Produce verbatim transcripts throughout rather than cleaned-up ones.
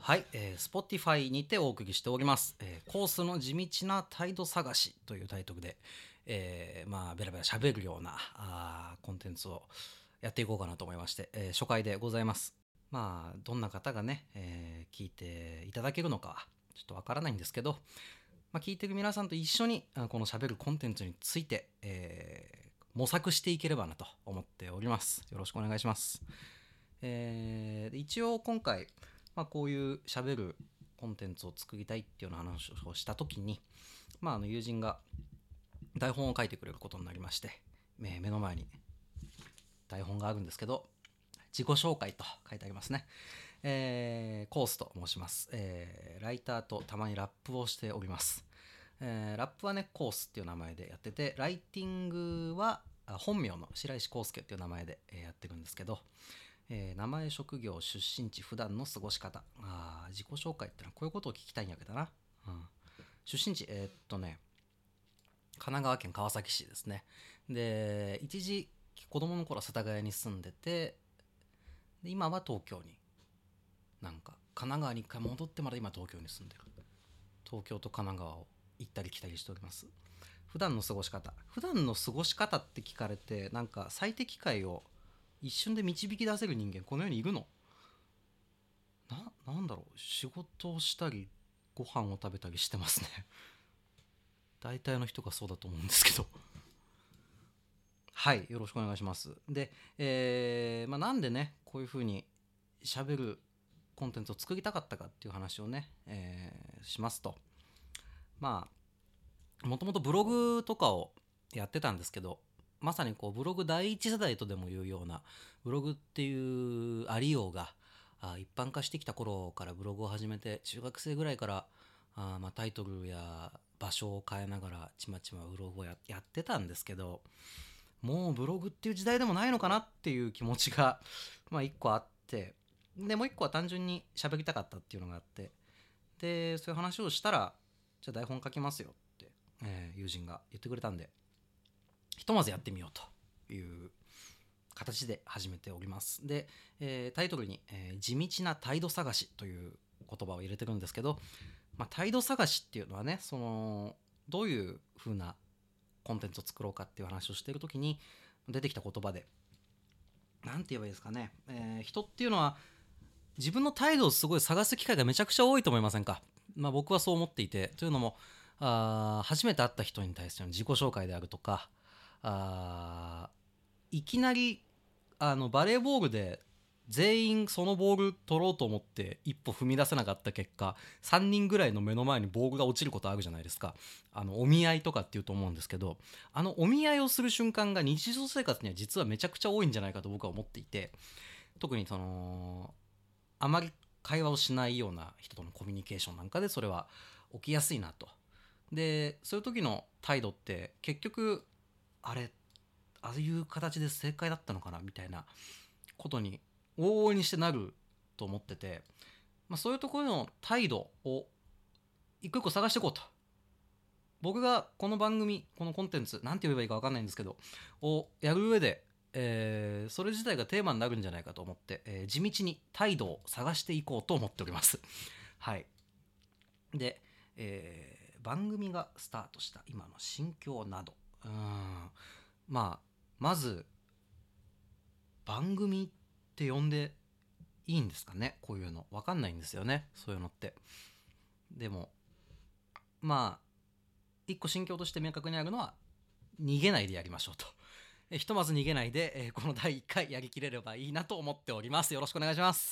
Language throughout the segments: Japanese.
はい、えー、Spotify にてお送りしております、えー、コースの地道な態度探しというタイトルで、えー、まあベラベラ喋るようなあコンテンツをやっていこうかなと思いまして、えー、初回でございます。まあどんな方がね、えー、聞いていただけるのかはちょっとわからないんですけど、まあ、聞いてる皆さんと一緒にこの喋るコンテンツについて、えー、模索していければなと思っております。よろしくお願いします。えー、一応今回まあ、こういう喋るコンテンツを作りたいっていうような話をした時に、まあ、あの友人が台本を書いてくれることになりまして、目の前に台本があるんですけど、自己紹介と書いてありますね。えー、コースと申します、えー、ライターとたまにラップをしております。えー、ラップはねコースっていう名前でやってて、ライティングは本名の白石康介っていう名前でやってるんですけど、えー、名前、職業、出身地、普段の過ごし方。あ、自己紹介ってのはこういうことを聞きたいんやけどな。うん、出身地、えー、っとね、神奈川県川崎市ですね。で、一時子供の頃は世田谷に住んでて、で今は東京に。なんか神奈川に一回戻ってまだ今東京に住んでる。東京と神奈川を行ったり来たりしております。普段の過ごし方。普段の過ごし方って聞かれて、なんか最適解を一瞬で導き出せる人間この世にいるの？な、なんだろう、仕事をしたりご飯を食べたりしてますね。大体の人がそうだと思うんですけど。はい、よろしくお願いします。で、えーまあ、なんでねこういう風に喋るコンテンツを作りたかったかっていう話をね、えーしますと、まあもともとブログとかをやってたんですけど、まさにこうブログ第一世代とでもいうような、ブログっていうありようがあ一般化してきた頃からブログを始めて、中学生ぐらいからあまあタイトルや場所を変えながらちまちまブログを や, やってたんですけど、もうブログっていう時代でもないのかなっていう気持ちがまあ一個あって、でもう一個は単純に喋りたかったっていうのがあって、でそういう話をしたら、じゃあ台本書きますよって、えー友人が言ってくれたんで、ひとまずやってみようという形で始めております。で、えータイトルに、えー地道な態度探しという言葉を入れてるんですけど、まあ、態度探しっていうのはね、そのどういう風なコンテンツを作ろうかっていう話をしている時に出てきた言葉で、なんて言えばいいですかね、えー人っていうのは自分の態度をすごい探す機会がめちゃくちゃ多いと思いませんか？まあ、僕はそう思っていて、というのもあ初めて会った人に対しての自己紹介であるとか、あいきなりあのバレーボールで全員そのボール取ろうと思って一歩踏み出せなかった結果、さんにんぐらいの目の前にボールが落ちることあるじゃないですか。あのお見合いとかっていうと思うんですけど、あのお見合いをする瞬間が日常生活には実はめちゃくちゃ多いんじゃないかと僕は思っていて、特にそのあまり会話をしないような人とのコミュニケーションなんかでそれは起きやすいなと。でそういう時の態度って結局あれああいう形で正解だったのかなみたいなことに往々にしてなると思ってて、まあ、そういうところの態度を一個一個探していこうと。僕がこの番組このコンテンツなんて呼べばいいか分かんないんですけどをやる上で、えーそれ自体がテーマになるんじゃないかと思って、えー地道に態度を探していこうと思っております。はいで、えー番組がスタートした今の心境など、うーんまあまず番組って呼んでいいんですかね、こういうの分かんないんですよね、そういうのって。でもまあ一個心境として明確にあるのは、逃げないでやりましょうと。えひとまず逃げないで、えーこのだいいっかいやりきれればいいなと思っております。よろしくお願いします。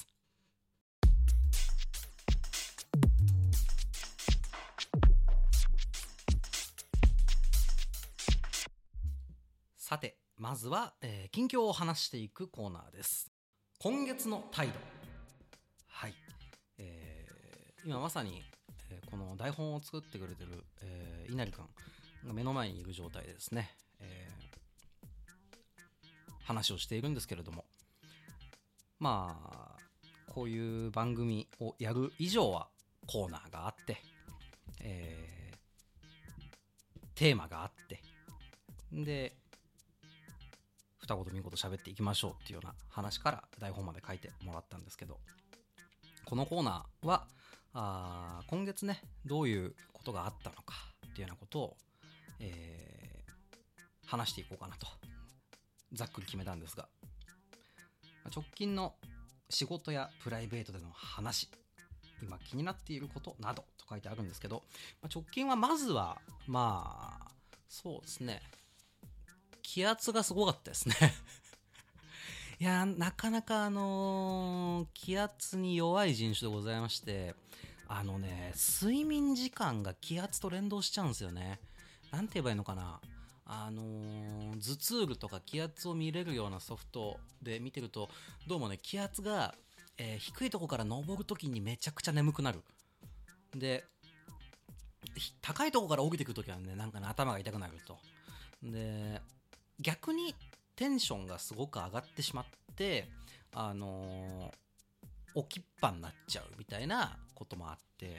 さてまずは、えー近況を話していくコーナーです。今月の態度。はい、えー今まさに、えーこの台本を作ってくれてる、えー稲荷くんが目の前にいる状態でですね、えー話をしているんですけれども、まあこういう番組をやる以上はコーナーがあって、えーテーマがあって、で二言三言喋っていきましょうっていうような話から台本まで書いてもらったんですけど、 このコーナーはあー今月ねどういうことがあったのかっていうようなことを、えー話していこうかなとざっくり決めたんですが、直近の仕事やプライベートでの話、今気になっていることなどと書いてあるんですけど、直近はまずはまあそうですね、気圧がすごかったですねいやなかなかあのー気圧に弱い人種でございまして、あのね睡眠時間が気圧と連動しちゃうんですよね。なんて言えばいいのかな、あのー、頭痛ルとか気圧を見れるようなソフトで見てると、どうもね気圧が、えー低いとこから登るときにめちゃくちゃ眠くなる。で高いとこから降りてくるときはねなんかね頭が痛くなると。で逆にテンションがすごく上がってしまって、あのー起きっぱになっちゃうみたいなこともあって、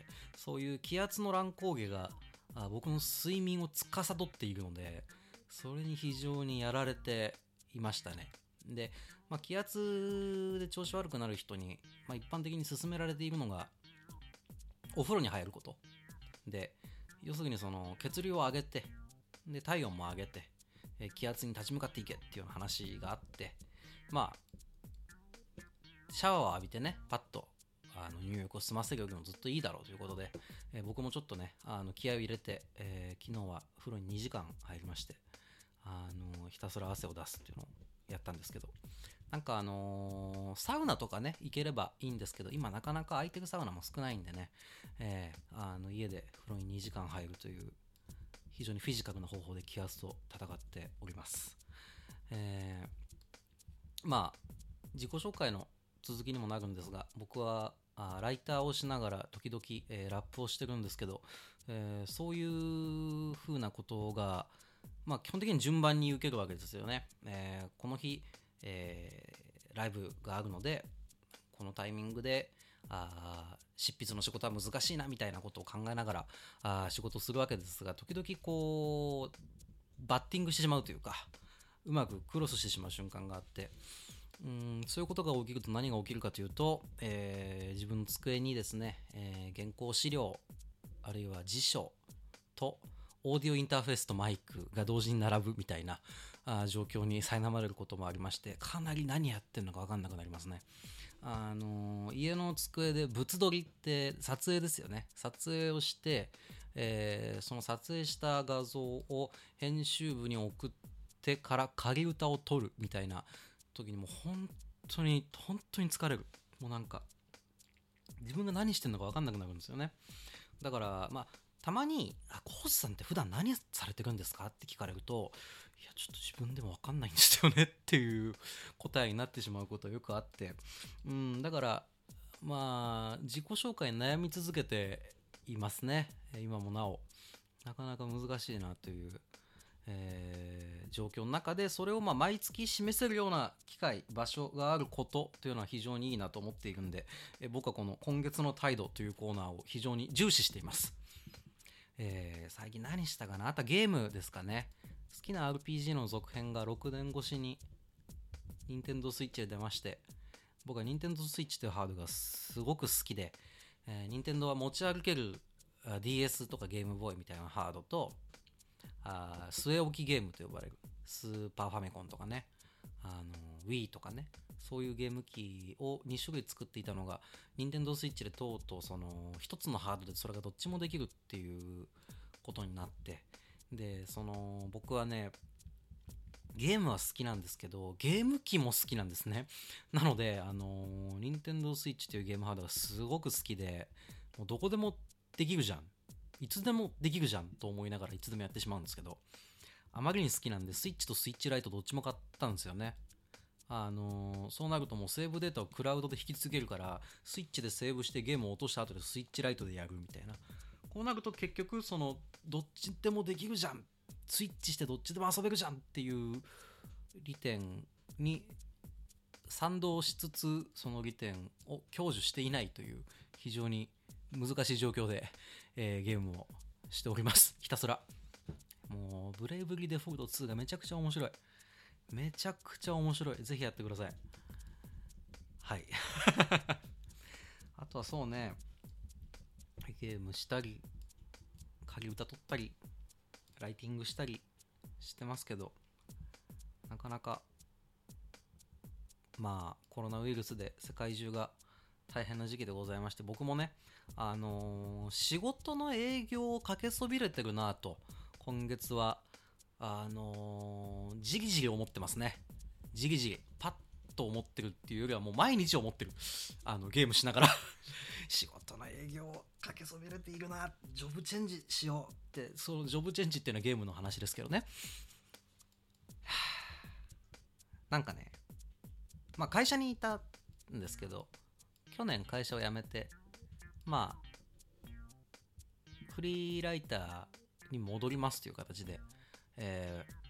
そういう気圧の乱高下があ僕の睡眠を司っているので、それに非常にやられていましたね。で、まあ、気圧で調子悪くなる人に、まあ、一般的に勧められているのがお風呂に入ることで、要するにその血流を上げて、で体温も上げて、え気圧に立ち向かっていけっていうような話があって、まあシャワーを浴びてねパッとあの入浴を済ませるよりもずっといいだろうということで、えー僕もちょっとねあの気合を入れて、えー昨日は風呂ににじかん入りまして、あのひたすら汗を出すっていうのをやったんですけど、なんかあのーサウナとかね行ければいいんですけど、今なかなか空いてるサウナも少ないんでね、えーあの家で風呂ににじかん入るという非常にフィジカルな方法で気圧と戦っております。えーまあ自己紹介の続きにもなるんですが、僕はあライターをしながら時々、えーラップをしてるんですけど、えーそういう風なことが、まあ、基本的に順番に受けるわけですよね。えーこの日、えーライブがあるので、このタイミングであ執筆の仕事は難しいなみたいなことを考えながらあ仕事をするわけですが、時々こうバッティングしてしまうというか、うまくクロスしてしまう瞬間があって、うん、そういうことが起きると何が起きるかというと、えー自分の机にですね、えー原稿資料あるいは辞書とオーディオインターフェースとマイクが同時に並ぶみたいなあ状況に苛まれることもありまして、かなり何やってるのか分かんなくなりますね。あのー家の机で物撮りって撮影ですよね。撮影をして、えーその撮影した画像を編集部に送ってから仮歌を撮るみたいな時にもう本当に本当に疲れる。もうなんか自分が何してるのか分かんなくなるんですよね。だからまあたまにあコースさんって普段何されてるんですかって聞かれると、いやちょっと自分でも分かんないんですよねっていう答えになってしまうことはよくあって、うんだからまあ自己紹介に悩み続けていますね。今もなおなかなか難しいなという、えー状況の中で、それをまあ毎月示せるような機会場所があることというのは非常にいいなと思っているんで、えー僕はこの今月の態度というコーナーを非常に重視しています。えー最近何したかな、あとはゲームですかね。好きな アールピージー の続編がろくねん越しに Nintendo Switch で出まして、僕は Nintendo Switch というハードがすごく好きで、えー、Nintendo は持ち歩けるあ ディーエス とかゲームボーイみたいなハードと、あ据え置きゲームと呼ばれるスーパーファミコンとかね、あの Wii とかね、そういうゲーム機をに種類作っていたのが Nintendo Switch でとうとうその一つのハードでそれがどっちもできるっていうことになって、でその僕はねゲームは好きなんですけどゲーム機も好きなんですね。なのであの Nintendo Switch というゲームハードがすごく好きで、もうどこでもできるじゃん、いつでもできるじゃんと思いながらいつでもやってしまうんですけど、あまりに好きなんでスイッチとスイッチライトどっちも買ったんですよね。あのーそうなるともうセーブデータをクラウドで引き継げるから、スイッチでセーブしてゲームを落とした後でスイッチライトでやるみたいな、こうなると結局そのどっちでもできるじゃん、スイッチしてどっちでも遊べるじゃんっていう利点に賛同しつつ、その利点を享受していないという非常に難しい状況で、えーゲームをしております。ひたすらもうブレイブリーデフォルトツーがめちゃくちゃ面白い、めちゃくちゃ面白い、ぜひやってください。はいあとはそうね、ゲームしたり仮歌取ったりライティングしたりしてますけど、なかなかまあコロナウイルスで世界中が大変な時期でございまして、僕もね、あのー仕事の営業をかけそびれてるなと今月はあのーじりじり思ってますね。じりじりパッと思ってるっていうよりはもう毎日思ってる。あのゲームしながら仕事の営業をかけそびれているな、ジョブチェンジしようって。そのジョブチェンジっていうのはゲームの話ですけどね。なんかね、まあ会社にいたんですけど、去年会社を辞めて、まあフリーライターに戻りますという形で、えー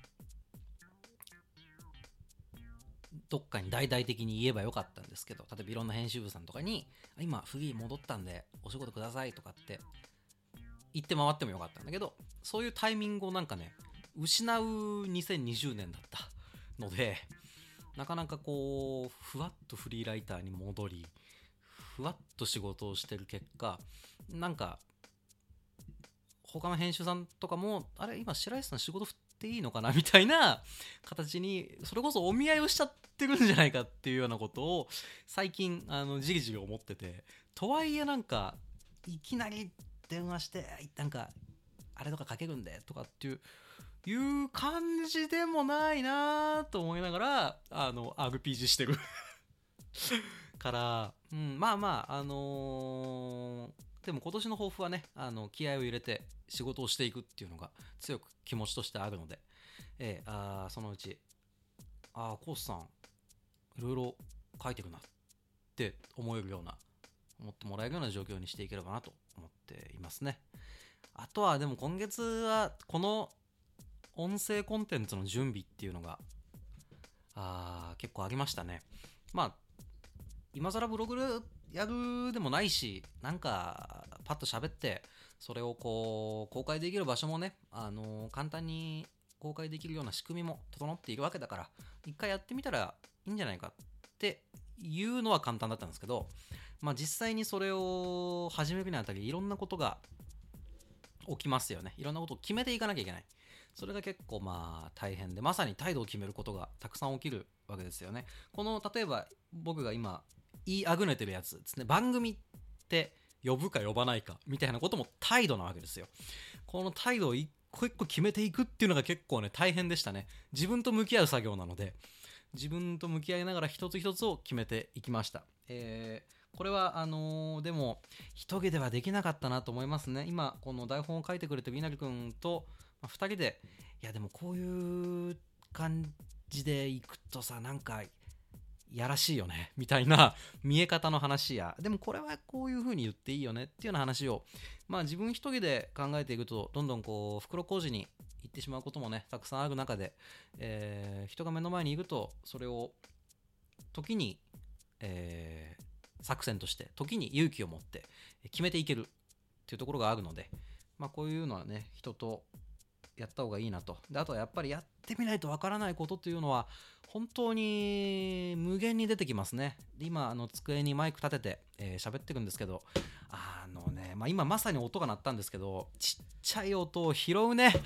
どっかに大々的に言えばよかったんですけど、例えばいろんな編集部さんとかに今フリー戻ったんでお仕事くださいとかって言って回ってもよかったんだけど、そういうタイミングをなんかね失うにせんにじゅうねんだったので、なかなかこうふわっとフリーライターに戻り、ふわっと仕事をしてる結果、なんか他の編集さんとかもあれ今白石さん仕事振っていいのかなみたいな形に、それこそお見合いをしちゃってるんじゃないかっていうようなことを最近あのじりじり思ってて、とはいえなんかいきなり電話してなんかあれとかかけるんでとかっていういう感じでもないなと思いながらあの アールピージー してるから、うん、まあまああのーでも今年の抱負はね、あの気合を入れて仕事をしていくっていうのが強く気持ちとしてあるので、えー、あそのうちあーコースさんいろいろ書いてるなって思えるような、思ってもらえるような状況にしていければなと思っていますね。あとはでも今月はこの音声コンテンツの準備っていうのがあ結構ありましたね。まあ今更ブログやるでもないし、なんかパッと喋ってそれをこう公開できる場所もね、あのー簡単に公開できるような仕組みも整っているわけだから、一回やってみたらいいんじゃないかっていうのは簡単だったんですけど、まあ実際にそれを始めるにあたりいろんなことが起きますよね。いろんなことを決めていかなきゃいけない。それが結構まあ大変で、まさに態度を決めることがたくさん起きるわけですよね。この例えば僕が今言いあぐねてるやつですね、番組って呼ぶか呼ばないかみたいなことも態度なわけですよ。この態度を一個一個決めていくっていうのが結構ね大変でしたね。自分と向き合う作業なので、自分と向き合いながら一つ一つを決めていきました。えー、これはあのーでも一人ではできなかったなと思いますね。今この台本を書いてくれてる稲荷くんとふたりで、いやでもこういう感じでいくとさ、なんかやらしいよねみたいな見え方の話や、でもこれはこういう風に言っていいよねっていうような話を、まあ自分一人で考えていくとどんどんこう袋小路に行ってしまうこともねたくさんある中で、えー人が目の前にいるとそれを時に、えー作戦として、時に勇気を持って決めていけるっていうところがあるので、まあこういうのはね人とやった方がいいなと。であとはやっぱりやってみないとわからないことっていうのは本当に無限に出てきますね。で今あの机にマイク立てて喋、えー、ってるんですけど、あのね、まあ、今まさに音が鳴ったんですけど、ちっちゃい音を拾うね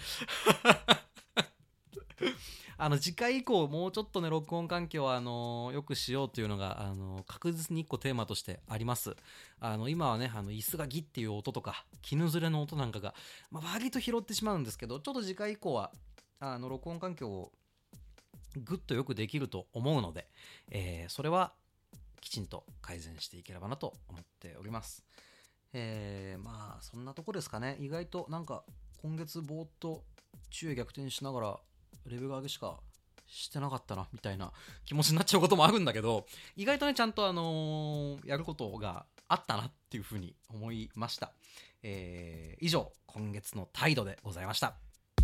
あの次回以降もうちょっとね録音環境をあの良くしようというのがあの確実にいっこテーマとしてあります。あの今はねあの椅子がギッっていう音とか絹ずれの音なんかが、まあ、割と拾ってしまうんですけど、ちょっと次回以降はあの録音環境をぐっとよくできると思うので、えーそれはきちんと改善していければなと思っております。えーまあそんなとこですかね。意外となんか今月ぼーっと昼夜逆転しながらレベル上げしかしてなかったなみたいな気持ちになっちゃうこともあるんだけど、意外とねちゃんとあのーやることがあったなっていうふうに思いました。えー以上今月の態度でございました。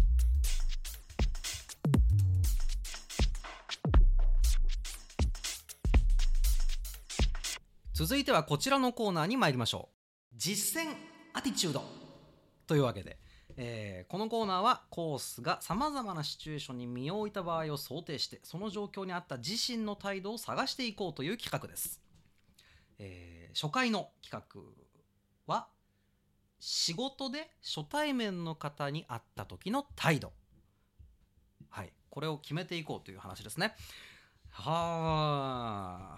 続いてはこちらのコーナーに参りましょう。実践アティチュードというわけで、えーこのコーナーはコースがさまざまなシチュエーションに身を置いた場合を想定して、その状況に合った自身の態度を探していこうという企画です。 えー初回の企画は仕事で初対面の方に会った時の態度、はい、これを決めていこうという話ですね。は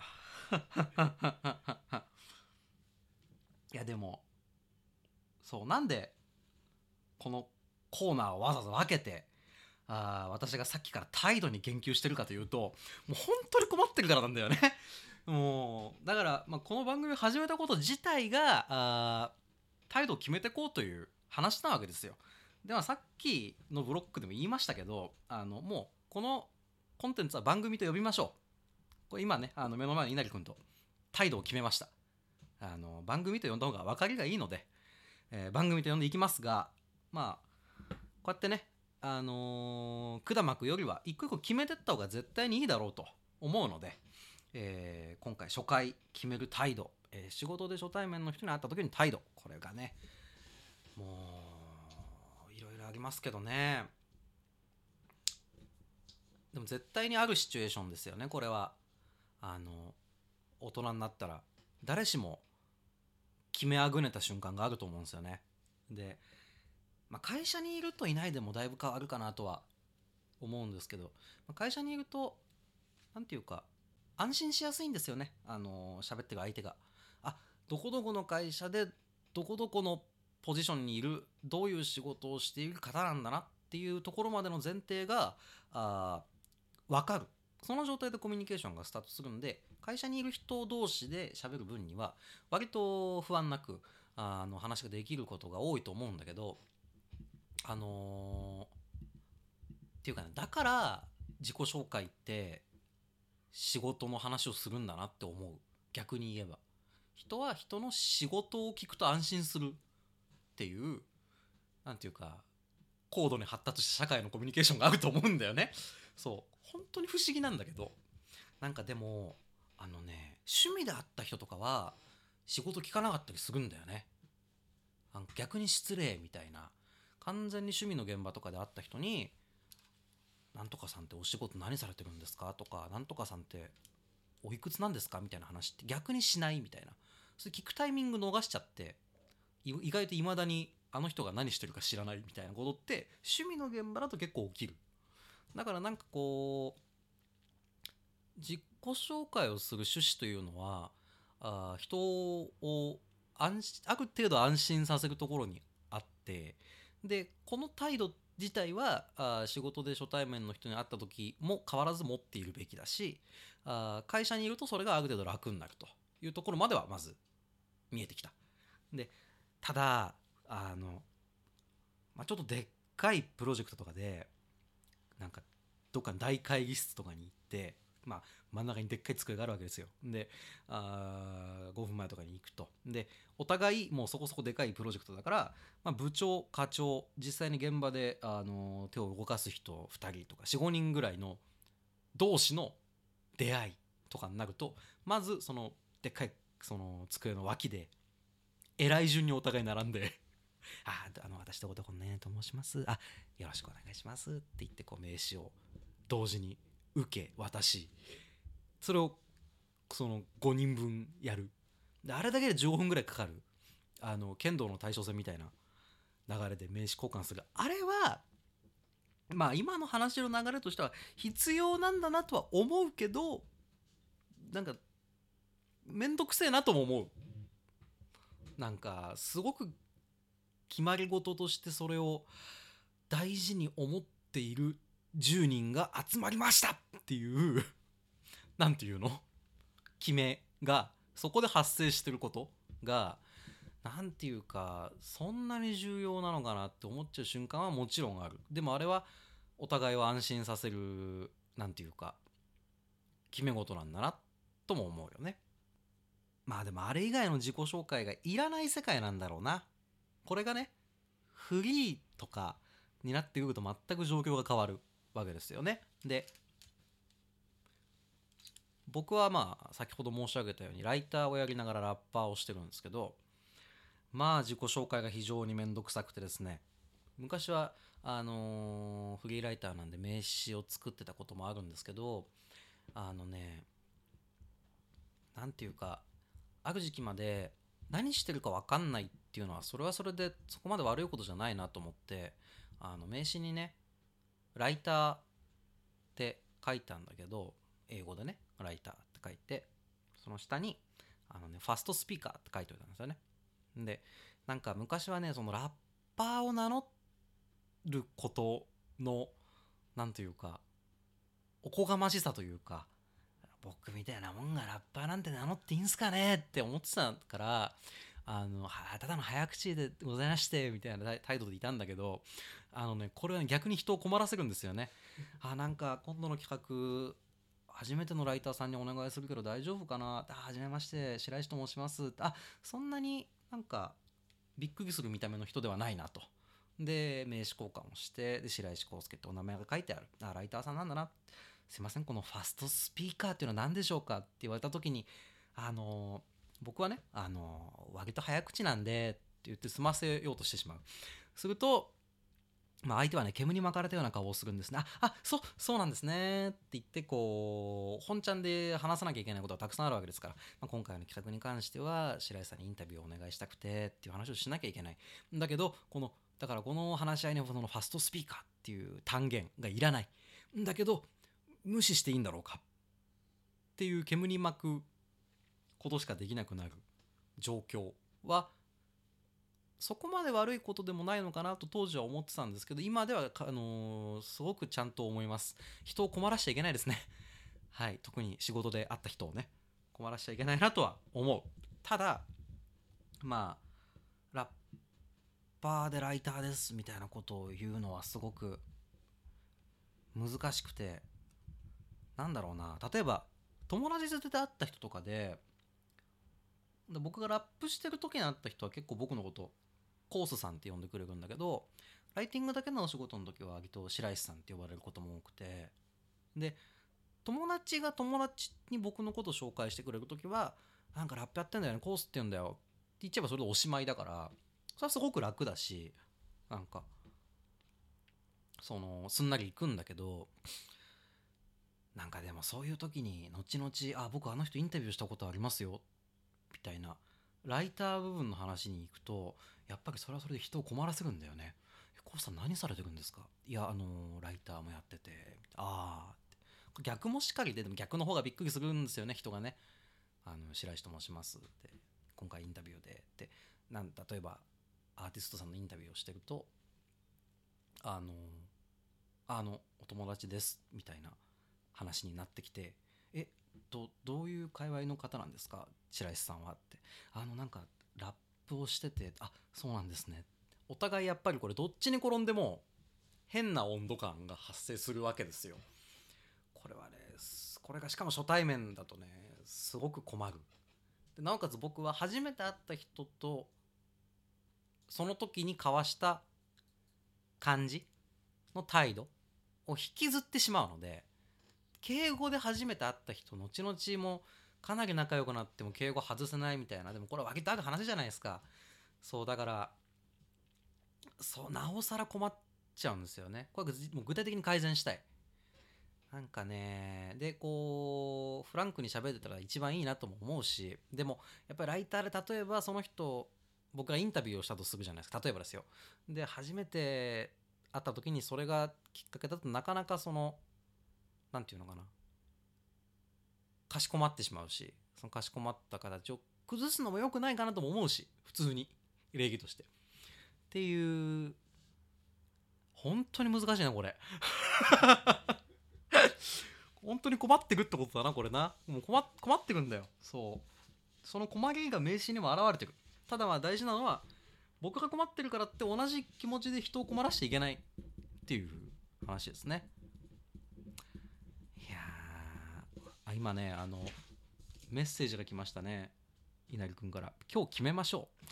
あいやでもそうなんでこのコーナーをわざわざ分けてあ私がさっきから態度に言及してるかというと、もう本当に困ってるからなんだよねもうだから、まあ、この番組を始めたこと自体があ態度を決めていこうという話なわけですよ。ではさっきのブロックでも言いましたけど、あのもうこのコンテンツは番組と呼びましょう。これ今ねあの目の前の稲荷君と態度を決めました。あの番組と呼んだ方が分かりがいいので、えー番組と呼んでいきますが、まあこうやってねあのー、管巻くよりは一個一個決めてった方が絶対にいいだろうと思うので、えー今回初回決める態度、えー仕事で初対面の人に会った時に態度、これがねもういろいろありますけどね。でも絶対にあるシチュエーションですよねこれは。あの大人になったら誰しも決めあぐねた瞬間があると思うんですよね。で、まあ、会社にいるといないでもだいぶ変わるかなとは思うんですけど、まあ会社にいるとなんていうか安心しやすいんですよね。あの喋ってる相手が、あ、どこどこの会社でどこどこのポジションにいるどういう仕事をしている方なんだなっていうところまでの前提があ分かる。その状態でコミュニケーションがスタートするんで、会社にいる人同士で喋る分には割と不安なくあの話ができることが多いと思うんだけど、あのーっていうかね、だから自己紹介って仕事の話をするんだなって思う。逆に言えば人は人の仕事を聞くと安心するっていう、なんていうか高度に発達した社会のコミュニケーションがあると思うんだよね。そう本当に不思議なんだけど、なんかでもあのね趣味で会った人とかは仕事聞かなかったりするんだよね。あの逆に失礼みたいな。完全に趣味の現場とかで会った人になんとかさんってお仕事何されてるんですかとか、なんとかさんっておいくつなんですかみたいな話って逆にしないみたいな。それ聞くタイミング逃しちゃって意外と未だにあの人が何してるか知らないみたいなことって趣味の現場だと結構起きる。だからなんかこう自己紹介をする趣旨というのはあ人を安心ある程度安心させるところにあって、でこの態度自体はあ仕事で初対面の人に会った時も変わらず持っているべきだし、あ会社にいるとそれがある程度楽になるというところまではまず見えてきた。でただあの、まあ、ちょっとでっかいプロジェクトとかでなんかどっかの大会議室とかに行って、まあ、真ん中にでっかい机があるわけですよ。であごふんまえとかに行くと、でお互いもうそこそこでかいプロジェクトだから、まあ、部長課長実際に現場であの手を動かす人ふたりとかよん、ごにんぐらいの同士の出会いとかになると、まずそのでっかいその机の脇で偉い順にお互い並んでああの私どこどこのねと申します、あよろしくお願いしますって言ってこう名刺を同時に受け渡し、それをそのごにんぶんやる。であれだけでじゅうごふんぐらいかかるあの剣道の対象戦みたいな流れで名刺交換する、あれはまあ今の話の流れとしては必要なんだなとは思うけど、なんかめんどくせえなとも思う。なんかすごく決まり事としてそれを大事に思っているじゅうにんが集まりましたっていうなんていうの決めがそこで発生してることがなんていうかそんなに重要なのかなって思っちゃう瞬間はもちろんある。でもあれはお互いを安心させるなんていうか決め事なんだなとも思うよね。まあでもあれ以外の自己紹介がいらない世界なんだろうな。これがねフリーとかになってくると全く状況が変わるわけですよね。で僕はまあ先ほど申し上げたようにライターをやりながらラッパーをしてるんですけど、まあ自己紹介が非常にめんどくさくてですね、昔はあのーフリーライターなんで名刺を作ってたこともあるんですけど、あのねなんていうかある時期まで何してるか分かんないっていうのはそれはそれでそこまで悪いことじゃないなと思って、あの名刺にねライターって書いたんだけど、英語でねライターって書いて、その下にあのねファストスピーカーって書いておいたんですよね。でなんか昔はねそのラッパーを名乗ることのなんというかおこがましさというか、僕みたいなもんがラッパーなんて名乗っていいんすかねって思ってたから、あのただの早口でございましてみたいな態度でいたんだけど、あのねこれは逆に人を困らせるんですよね。あなんか今度の企画初めてのライターさんにお願いするけど大丈夫かな、あはじめまして白石と申します、あそんなになんかびっくりする見た目の人ではないなと。で名刺交換をして、で白石康介ってお名前が書いてある、あライターさんなんだな、すいませんこのファストスピーカーっていうのは何でしょうかって言われた時に、あのー僕はね、あのー割と早口なんでって言って済ませようとしてしまう。すると、まあ、相手はね煙に巻かれたような顔をするんですね。ああそうそうなんですねって言って、こう本ちゃんで話さなきゃいけないことはたくさんあるわけですから、まあ、今回の企画に関しては白石さんにインタビューをお願いしたくてっていう話をしなきゃいけないんだけど、このだからこの話し合いにそのファストスピーカーっていう単元がいらないんだけど無視していいんだろうかっていう煙に巻くことしかできなくなる状況はそこまで悪いことでもないのかなと当時は思ってたんですけど、今ではあのーすごくちゃんと思います。人を困らしちゃいけないですね。はい、特に仕事で会った人をね困らしちゃいけないなとは思う。ただまあラッパーでライターですみたいなことを言うのはすごく難しくて、なんだろうな、例えば友達で会った人とかで、で僕がラップしてる時に会った人は結構僕のことコースさんって呼んでくれるんだけど、ライティングだけのお仕事の時は割と白石さんって呼ばれることも多くて、で友達が友達に僕のことを紹介してくれる時はなんかラップやってんだよねコースって言うんだよって言っちゃえばそれでおしまいだから、それはすごく楽だし、なんかそのすんなりいくんだけど、なんかでもそういう時に後々あ僕あの人インタビューしたことありますよみたいなライター部分の話に行くと、やっぱりそれはそれで人を困らせるんだよね。コウさん何されてるんですか、いやあのーライターもやってて、ああ逆もしかりで、でも逆の方がびっくりするんですよね人がね。あの白石と申しますって今回インタビューでってなん例えばアーティストさんのインタビューをしてると、あのあのお友達ですみたいな話になってきて、えどどういう界隈の方なんですか白石さんはって、あのなんかラップをしてて、あそうなんですね、お互いやっぱりこれどっちに転んでも変な温度感が発生するわけですよ。これはねこれがしかも初対面だとねすごく困る。でなおかつ僕は初めて会った人とその時に交わした感じの態度を引きずってしまうので、敬語で初めて会った人後々もかなり仲良くなっても敬語外せないみたいな、でもこれは割とある話じゃないですか。そうだからそうなおさら困っちゃうんですよね。これもう具体的に改善したい。なんかねでこうフランクに喋ってたら一番いいなとも思うし、でもやっぱりライターで例えばその人僕がインタビューをしたとするじゃないですか、例えばですよ。で初めて会った時にそれがきっかけだとなかなかそのなんていうのかなかしこまってしまうし、そのかしこまった形を崩すのも良くないかなとも思うし、普通に礼儀としてっていう本当に難しいなこれ本当に困ってるってことだなこれな。もう 困, 困ってるんだよ。そうその困りが名詞にも現れてる。ただまあ大事なのは僕が困ってるからって同じ気持ちで人を困らせていけないっていう話ですね。いやあ今ねあのメッセージが来ましたね、稲荷くんから。今日決めましょう。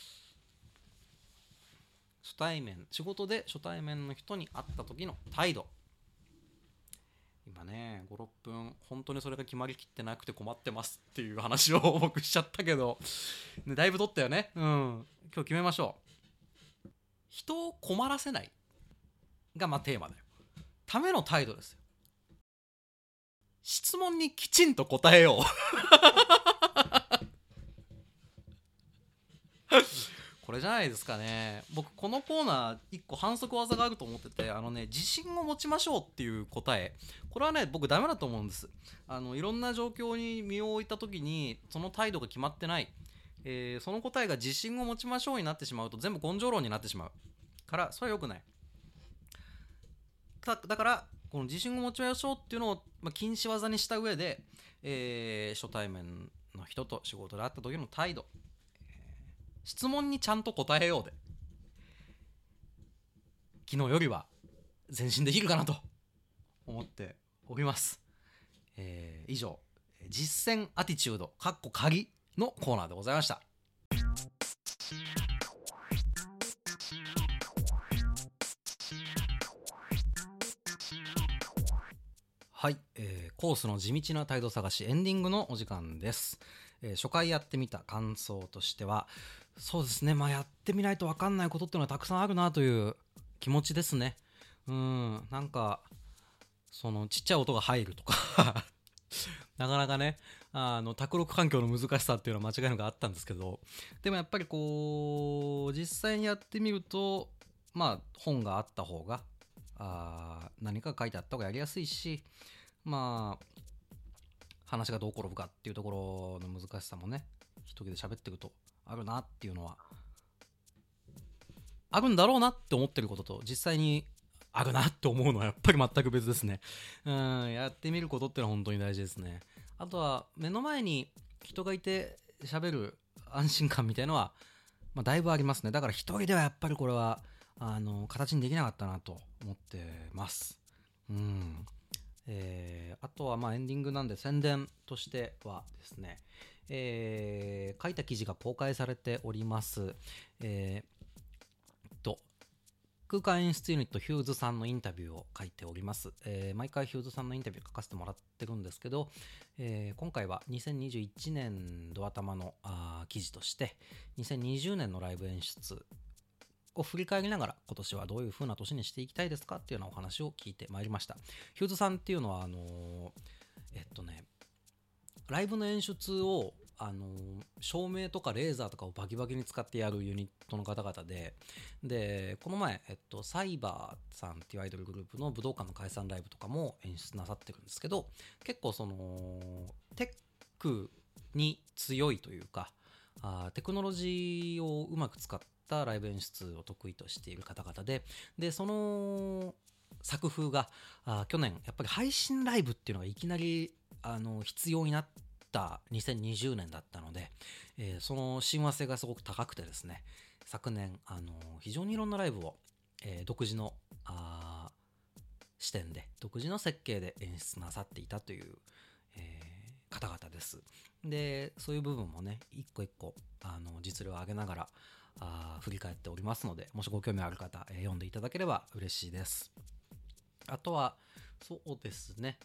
初対面仕事で初対面の人に会った時の態度。今ねご、ろっぷん本当にそれが決まりきってなくて困ってますっていう話を僕しちゃったけど、ね、だいぶ取ったよね。うん今日決めましょう。人を困らせないがまあテーマだよ。ための態度ですよ。質問にきちんと答えようこれじゃないですかね。僕このコーナー一個反則技があると思ってて、あのね、自信を持ちましょうっていう答え、これはね僕ダメだと思うんです。あのいろんな状況に身を置いた時にその態度が決まってない、えーその答えが自信を持ちましょうになってしまうと全部根性論になってしまうから、それは良くない。だだからこの自信を持ちましょうっていうのを、まあ、禁止技にした上で、えー初対面の人と仕事で会った時の態度、質問にちゃんと答えようで昨日よりは前進できるかなと思っております。えー以上、実践アティチュードかっこ仮のコーナーでございました。はい、えーコースの地道な態度探しエンディングのお時間です。えー初回やってみた感想としては、そうですね、まあやってみないと分かんないことっていうのはたくさんあるなという気持ちですね。うん、なんかそのちっちゃい音が入るとかなかなかね、あの卓録環境の難しさっていうのは間違いなくあったんですけど、でもやっぱりこう実際にやってみると、まあ本があった方が、あー何か書いてあった方がやりやすいし、まあ話がどう転ぶかっていうところの難しさもね、一人で喋ってるとあるなっていうのはあるんだろうなって思ってることと、実際にあるなって思うのはやっぱり全く別ですね。うん、やってみることってのは本当に大事ですね。あとは目の前に人がいて喋る安心感みたいのは、まあ、だいぶありますね。だから一人ではやっぱりこれはあの形にできなかったなと思ってます。うん。えーあとはまあエンディングなんで宣伝としてはですね、えー書いた記事が公開されております。えーと空間演出ユニットヒューズさんのインタビューを書いております。えー毎回ヒューズさんのインタビュー書かせてもらってるんですけど、えー今回はにせんにじゅういちねん度頭のあー記事としてにせんにじゅうねんのライブ演出を振り返りながら今年はどういう風な年にしていきたいですかっていうようなお話を聞いてまいりました。ヒューズさんっていうのはあのーえっとねライブの演出をあのー照明とかレーザーとかをバキバキに使ってやるユニットの方々で、でこの前、えっと、サイバーさんっていうアイドルグループの武道館の解散ライブとかも演出なさってるんですけど、結構そのテックに強いというか、あーテクノロジーをうまく使ったライブ演出を得意としている方々で、でその作風があー去年やっぱり配信ライブっていうのがいきなりあの必要になったにせんにじゅうねんだったので、えーその親和性がすごく高くてですね、昨年あの非常にいろんなライブを、えー独自のあー視点で独自の設計で演出なさっていたという、えー方々です。でそういう部分もね一個一個あの実例を上げながらあー振り返っておりますので、もしご興味ある方、えー読んでいただければ嬉しいです。あとはそうですね、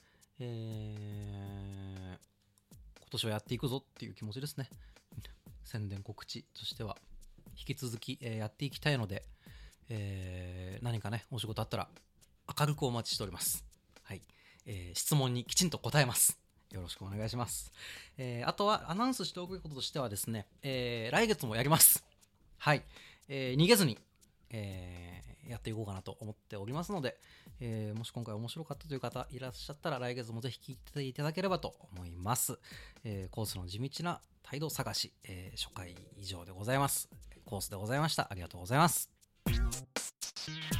えー今年はやっていくぞっていう気持ちですね。宣伝告知としては引き続き、えーやっていきたいので、えー何かねお仕事あったら明るくお待ちしております。はい、えー質問にきちんと答えます。よろしくお願いします。えーあとはアナウンスしておくこととしてはですね、えー来月もやります。はい、えー逃げずに、えーやっていこうかなと思っておりますので、えーもし今回面白かったという方いらっしゃったら来月もぜひ聞いていただければと思います。えーコースの地道な態度探し、えー初回以上でございます。コースでございました。ありがとうございます。